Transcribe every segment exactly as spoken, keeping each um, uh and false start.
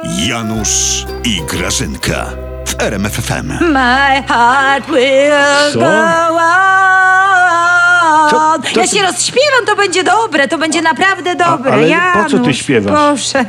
Janusz i Grażynka w R M F F M. My heart will Co? go on. Co- co ja ty- się rozśpiewam, to będzie dobre, to będzie naprawdę dobre. ale Janusz, po co ty śpiewasz? Proszę.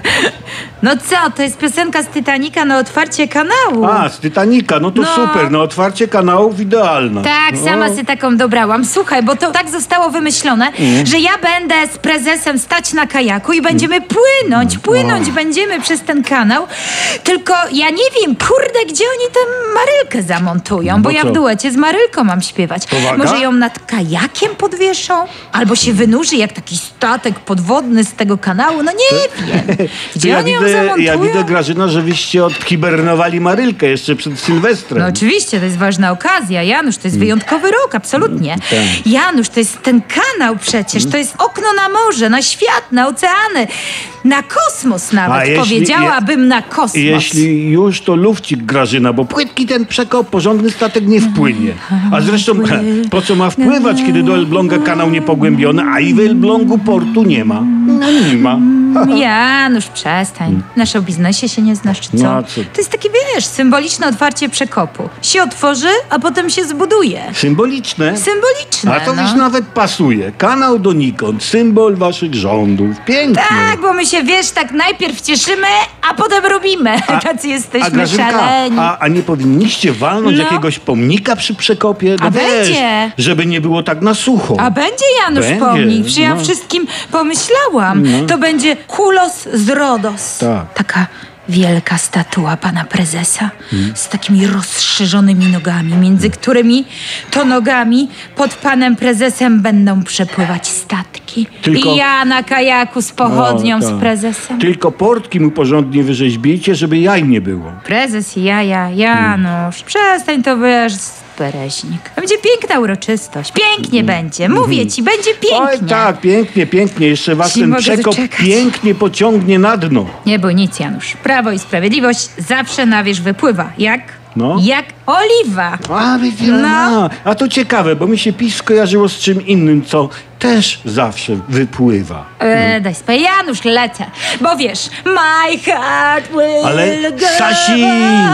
No co, to jest piosenka z Titanica na otwarcie kanału. A, z Titanica, no to No. super, na otwarcie kanałów idealna. Tak, No. sama sobie taką dobrałam. Słuchaj, bo to tak zostało wymyślone, Mm. że ja będę z prezesem stać na kajaku i będziemy Mm. płynąć, płynąć będziemy przez ten kanał. Tylko ja nie wiem, kurde, gdzie oni tę Marylkę zamontują, bo Bo ja co? w duecie z Marylką mam śpiewać. Powaga? Może ją nad kajakiem podwieszą? Albo się wynurzy jak taki statek podwodny z tego kanału? No nie wiem. To Gdzie ja oni ją widzę, zamontują? ja widzę, Grażyna, że wyście odhibernowali Marylkę jeszcze przed Sylwestrem. No oczywiście, to jest ważna okazja. Janusz, to jest wyjątkowy rok, absolutnie. tak. Janusz, to jest ten kanał przecież, to jest okno na morze, na świat, na oceany, na kosmos nawet, A jeśli- powiedziałabym na kosmos. Jeśli już, to lufcik, Grażyna, bo płytki ten przekop, porządny statek nie wpłynie. A zresztą, po co ma wpływać, kiedy do Elbląga kanał niepogłębiony, a i w Elblągu portu nie ma? No nie ma. Janusz, przestań. Na show biznesie się nie znasz, czy co? No, a co? To jest takie, wiesz, symboliczne otwarcie przekopu. Się otworzy, a potem się zbuduje. Symboliczne. Symboliczne, A to no. już nawet pasuje. Kanał donikąd, symbol waszych rządów. Pięknie. Tak, bo my się, wiesz, tak najpierw cieszymy, a potem robimy. Tacy jesteśmy Grażynka, szaleni. a, a nie powinniście walnąć No. jakiegoś pomnika przy przekopie? No A wiesz, będzie. żeby nie było tak na sucho. A będzie Janusz Będzie, pomnik, że ja no. wszystkim pomyślałam. To będzie Kulos z Rodos. Tak. Taka wielka statua pana prezesa z takimi rozszerzonymi nogami, między którymi to nogami pod panem prezesem będą przepływać statki. Tylko- I ja na kajaku z pochodnią O, z tak. prezesem. Tylko portki mu porządnie wyrzeźbijcie, żeby jaj nie było. Prezes i jaja, Janusz, przestań to, wiesz, pereźnik. Będzie piękna uroczystość, pięknie będzie, mówię ci, będzie pięknie. Oj tak, pięknie, pięknie. Jeszcze was Nie ten mogę przekop doczekać. pięknie pociągnie na dno. Nie bój nic, Janusz. Prawo i Sprawiedliwość zawsze na wierzch wypływa. Jak? No. Jak oliwa. A, wiecie, No. a, a to ciekawe, bo mi się PiS skojarzyło z czym innym, co też zawsze wypływa. E, daj spokój, Janusz, lecę. Bo wiesz, my heart will Ale go Sasin, on.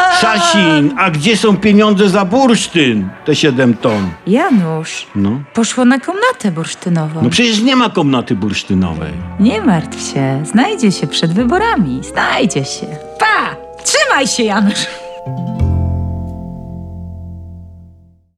Sasin, a gdzie są pieniądze za bursztyn? Te siedem ton. Janusz, No. poszło na komnatę bursztynową. No przecież nie ma komnaty bursztynowej. Nie martw się, znajdzie się przed wyborami. Znajdzie się. Pa! Trzymaj się, Janusz.